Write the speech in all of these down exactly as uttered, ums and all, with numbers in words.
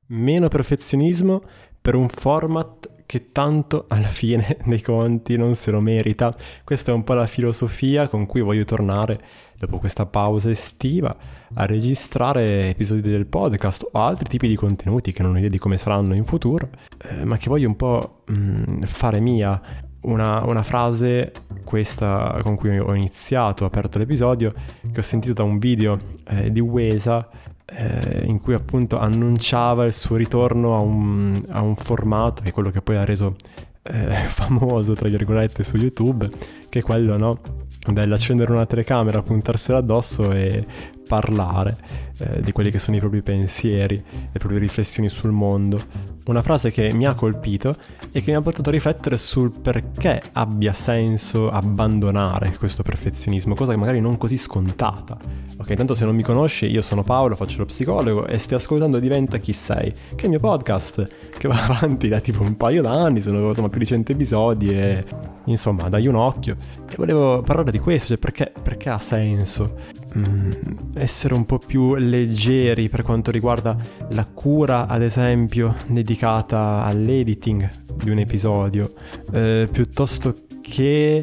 meno perfezionismo per un format che tanto alla fine dei conti non se lo merita. Questa è un po' la filosofia con cui voglio tornare dopo questa pausa estiva a registrare episodi del podcast o altri tipi di contenuti che non ho idea di come saranno in futuro, eh, ma che voglio un po' mh, fare mia. Una, una frase, questa con cui ho iniziato, ho aperto l'episodio, che ho sentito da un video eh, di Wesa, eh, in cui appunto annunciava il suo ritorno a un, a un formato che è quello che poi ha reso eh, famoso, tra virgolette, su YouTube, che è quello, no, dell'accendere una telecamera, puntarsela addosso e parlare eh, di quelli che sono i propri pensieri, le proprie riflessioni sul mondo. Una frase che mi ha colpito e che mi ha portato a riflettere sul perché abbia senso abbandonare questo perfezionismo, cosa che magari non così scontata. Ok, tanto se non mi conosci, io sono Paolo, faccio lo psicologo e stai ascoltando Diventa Chi Sei, che è il mio podcast che va avanti da tipo un paio d'anni, sono insomma più di cento episodi e insomma dai un occhio. E volevo parlare di questo, cioè perché, perché ha senso mm, essere un po' più leggeri per quanto riguarda la cura, ad esempio, dedicata all'editing di un episodio, eh, piuttosto che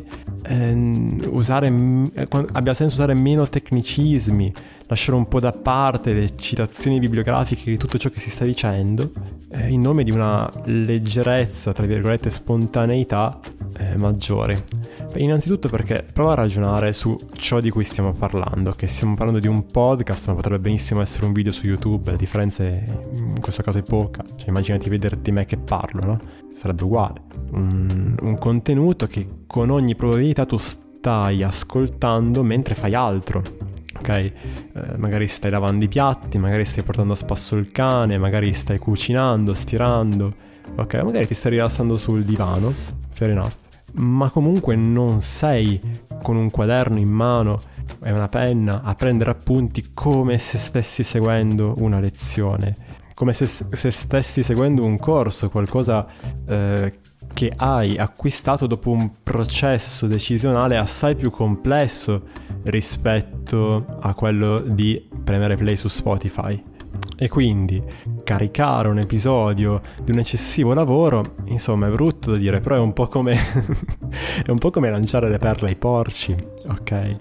eh, usare eh, abbia senso usare meno tecnicismi, lasciare un po' da parte le citazioni bibliografiche di tutto ciò che si sta dicendo, eh, in nome di una leggerezza, tra virgolette, spontaneità eh, maggiore. Beh, innanzitutto perché prova a ragionare su ciò di cui stiamo parlando, che stiamo parlando di un podcast, ma potrebbe benissimo essere un video su YouTube, la differenza è, in questo caso è poca, cioè immaginati vederti me che parlo, no? Sarebbe uguale, un, un contenuto che con ogni probabilità tu stai ascoltando mentre fai altro. Ok, eh, magari stai lavando i piatti, magari stai portando a spasso il cane, magari stai cucinando, stirando, ok, magari ti stai rilassando sul divano, fair enough, ma comunque non sei con un quaderno in mano e una penna a prendere appunti come se stessi seguendo una lezione, come se, se stessi seguendo un corso, qualcosa eh, che hai acquistato dopo un processo decisionale assai più complesso rispetto a quello di premere play su Spotify. E quindi caricare un episodio di un eccessivo lavoro, insomma, è brutto da dire, però è un po' come è un po' come lanciare le perle ai porci, ok? Eh,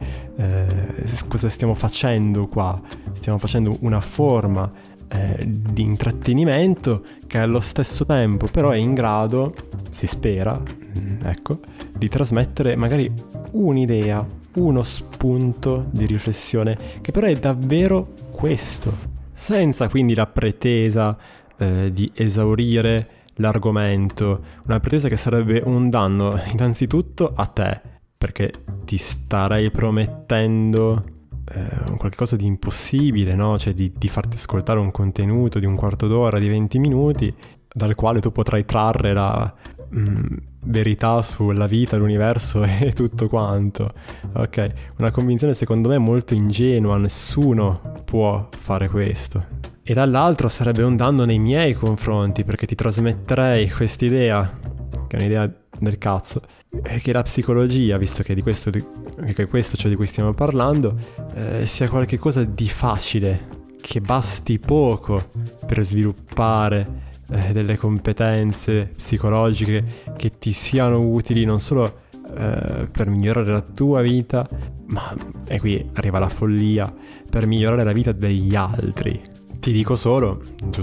cosa stiamo facendo qua? Stiamo facendo una forma eh, di intrattenimento che allo stesso tempo però è in grado, si spera, ecco, di trasmettere magari un'idea, uno spunto di riflessione che però è davvero questo, senza quindi la pretesa eh, di esaurire l'argomento, una pretesa che sarebbe un danno innanzitutto a te, perché ti starei promettendo eh, qualcosa di impossibile, no? Cioè di, di farti ascoltare un contenuto di un quarto d'ora, di venti minuti, dal quale tu potrai trarre la mh, verità sulla vita, l'universo e tutto quanto. Ok, una convinzione secondo me molto ingenua, nessuno può fare questo. E dall'altro sarebbe un danno nei miei confronti, perché ti trasmetterei quest'idea, che è un'idea del cazzo, che la psicologia, visto che di questo, che questo ciò di cui stiamo parlando, eh, sia qualcosa di facile, che basti poco per sviluppare eh, delle competenze psicologiche che ti siano utili non solo eh, per migliorare la tua vita, ma, e qui arriva la follia, per migliorare la vita degli altri. Ti dico solo,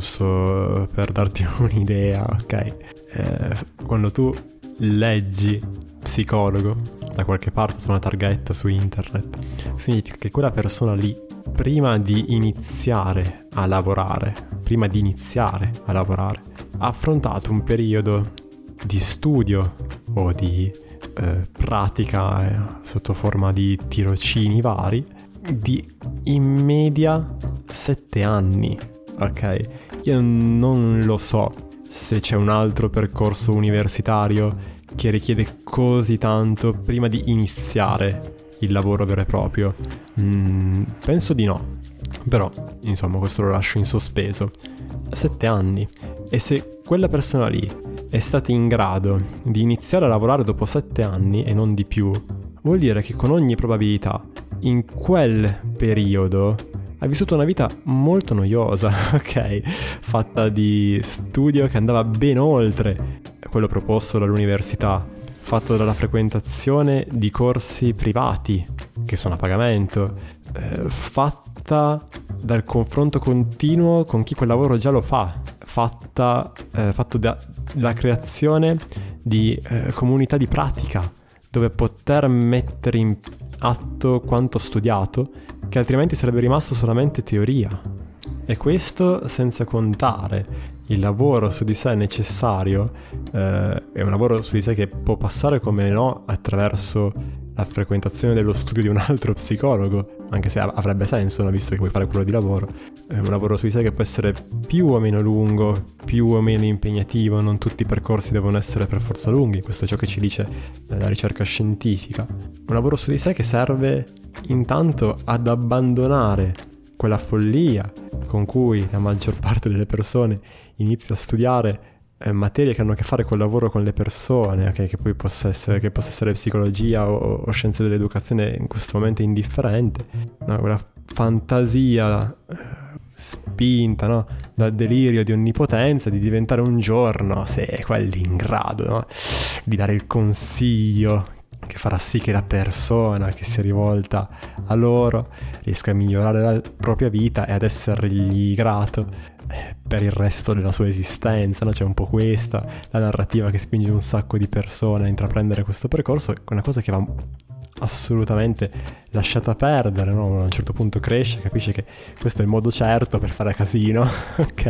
giusto per darti un'idea, ok? Eh, quando tu leggi psicologo da qualche parte su una targhetta su internet, significa che quella persona lì, prima di iniziare a lavorare, prima di iniziare a lavorare, ha affrontato un periodo di studio o di eh, pratica eh, sotto forma di tirocini vari di in media sette anni, ok? Io non lo so se c'è un altro percorso universitario che richiede così tanto prima di iniziare il lavoro vero e proprio. Mm, penso di no, però insomma questo lo lascio in sospeso. Sette anni, e se quella persona lì è stata in grado di iniziare a lavorare dopo sette anni e non di più, vuol dire che con ogni probabilità in quel periodo hai vissuto una vita molto noiosa, ok? Fatta di studio che andava ben oltre quello proposto dall'università, fatto dalla frequentazione di corsi privati che sono a pagamento, eh, fatta dal confronto continuo con chi quel lavoro già lo fa, fatta eh, fatto dalla creazione di eh, comunità di pratica dove poter mettere in atto quanto studiato, che altrimenti sarebbe rimasto solamente teoria. E questo senza contare il lavoro su di sé necessario, eh, è un lavoro su di sé che può passare, come no, attraverso la frequentazione dello studio di un altro psicologo, anche se avrebbe senso, no? Visto che vuoi fare quello di lavoro. È un lavoro su di sé che può essere più o meno lungo, più o meno impegnativo, non tutti i percorsi devono essere per forza lunghi, questo è ciò che ci dice la ricerca scientifica. Un lavoro su di sé che serve intanto ad abbandonare quella follia con cui la maggior parte delle persone inizia a studiare eh, materie che hanno a che fare col lavoro con le persone, okay? Che poi possa essere, che possa essere psicologia o, o scienze dell'educazione, in questo momento indifferente, no? Quella fantasia eh, spinta, no? Dal delirio di onnipotenza di diventare un giorno, se quelli in grado, no? Di dare il consiglio che farà sì che la persona che si è rivolta a loro riesca a migliorare la propria vita e ad essergli grato per il resto della sua esistenza, no? C'è un po' questa la narrativa che spinge un sacco di persone a intraprendere questo percorso, è una cosa che va assolutamente lasciata perdere, no? A un certo punto cresce, capisce che questo è il modo certo per fare casino, ok?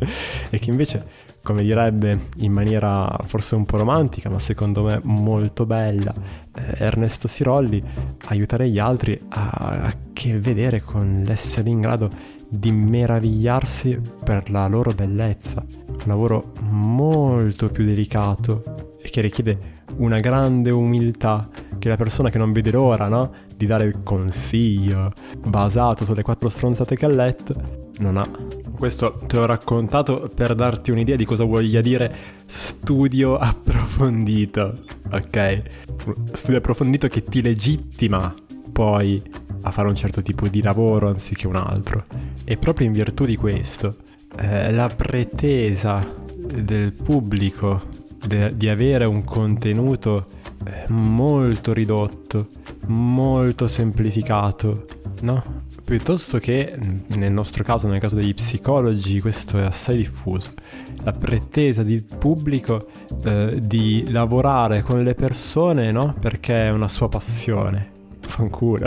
E che invece, come direbbe in maniera forse un po' romantica, ma secondo me molto bella, eh, Ernesto Sirolli, aiutare gli altri a, a che vedere con l'essere in grado di meravigliarsi per la loro bellezza. Un lavoro molto più delicato e che richiede una grande umiltà che la persona che non vede l'ora, no? Di dare il consiglio basato sulle quattro stronzate che ha letto non ha. Questo te l'ho raccontato per darti un'idea di cosa voglia dire studio approfondito, ok? Studio approfondito che ti legittima poi a fare un certo tipo di lavoro anziché un altro. E proprio in virtù di questo, eh, la pretesa del pubblico de- di avere un contenuto eh, molto ridotto, molto semplificato, no? Piuttosto che, nel nostro caso, nel caso degli psicologi, questo è assai diffuso, la pretesa del pubblico eh, di lavorare con le persone, no? Perché è una sua passione. Fanculo.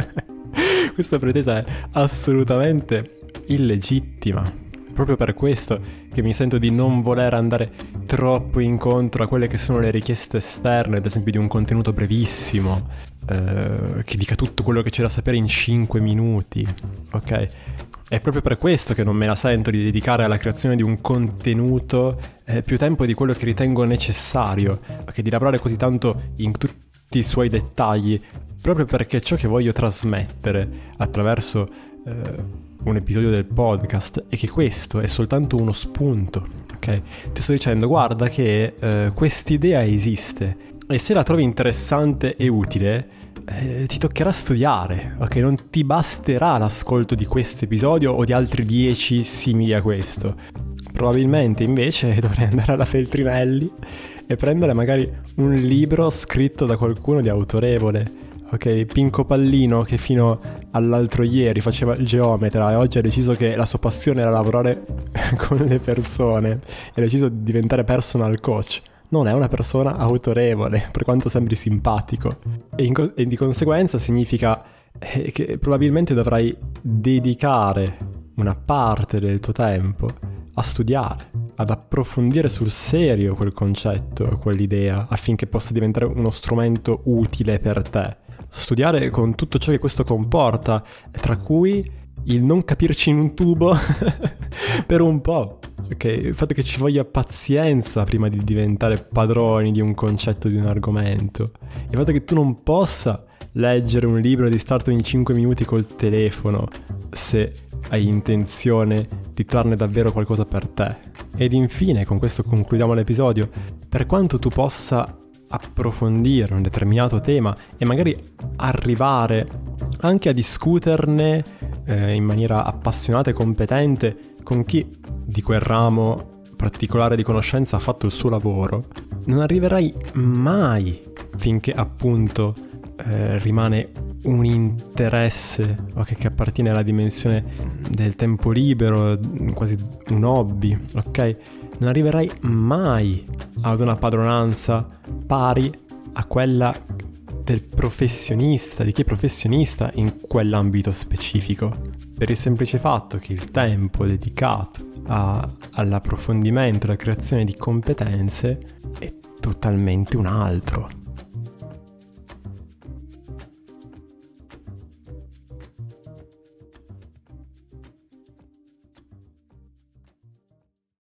Questa pretesa è assolutamente illegittima. Proprio per questo che mi sento di non voler andare troppo incontro a quelle che sono le richieste esterne, ad esempio di un contenuto brevissimo, eh, che dica tutto quello che c'è da sapere in cinque minuti, ok? È proprio per questo che non me la sento di dedicare alla creazione di un contenuto eh, più tempo di quello che ritengo necessario, ok? Di lavorare così tanto in tutti i suoi dettagli, proprio perché ciò che voglio trasmettere attraverso eh, un episodio del podcast è che questo è soltanto uno spunto, ok? Ti sto dicendo, guarda che eh, quest'idea esiste e se la trovi interessante e utile eh, ti toccherà studiare, ok? Non ti basterà l'ascolto di questo episodio o di altri dieci simili a questo. Probabilmente invece dovrai andare alla Feltrinelli e prendere magari un libro scritto da qualcuno di autorevole. Ok, Pinco Pallino, che fino all'altro ieri faceva il geometra e oggi ha deciso che la sua passione era lavorare con le persone e ha deciso di diventare personal coach, non è una persona autorevole, per quanto sembri simpatico. E, in co- e di conseguenza significa eh, che probabilmente dovrai dedicare una parte del tuo tempo a studiare, ad approfondire sul serio quel concetto, quell'idea, affinché possa diventare uno strumento utile per te. Studiare con tutto ciò che questo comporta, tra cui il non capirci in un tubo per un po', ok? Il fatto che ci voglia pazienza prima di diventare padroni di un concetto, di un argomento, il fatto che tu non possa leggere un libro e distarti in cinque minuti col telefono se hai intenzione di trarne davvero qualcosa per te. Ed infine, con questo concludiamo l'episodio, per quanto tu possa approfondire un determinato tema e magari arrivare anche a discuterne eh, in maniera appassionata e competente con chi di quel ramo particolare di conoscenza ha fatto il suo lavoro, non arriverai mai finché appunto eh, rimane un interesse okay, che appartiene alla dimensione del tempo libero, quasi un hobby, ok? Non arriverai mai ad una padronanza pari a quella del professionista, di chi è professionista in quell'ambito specifico, per il semplice fatto che il tempo dedicato a, all'approfondimento, alla creazione di competenze è totalmente un altro.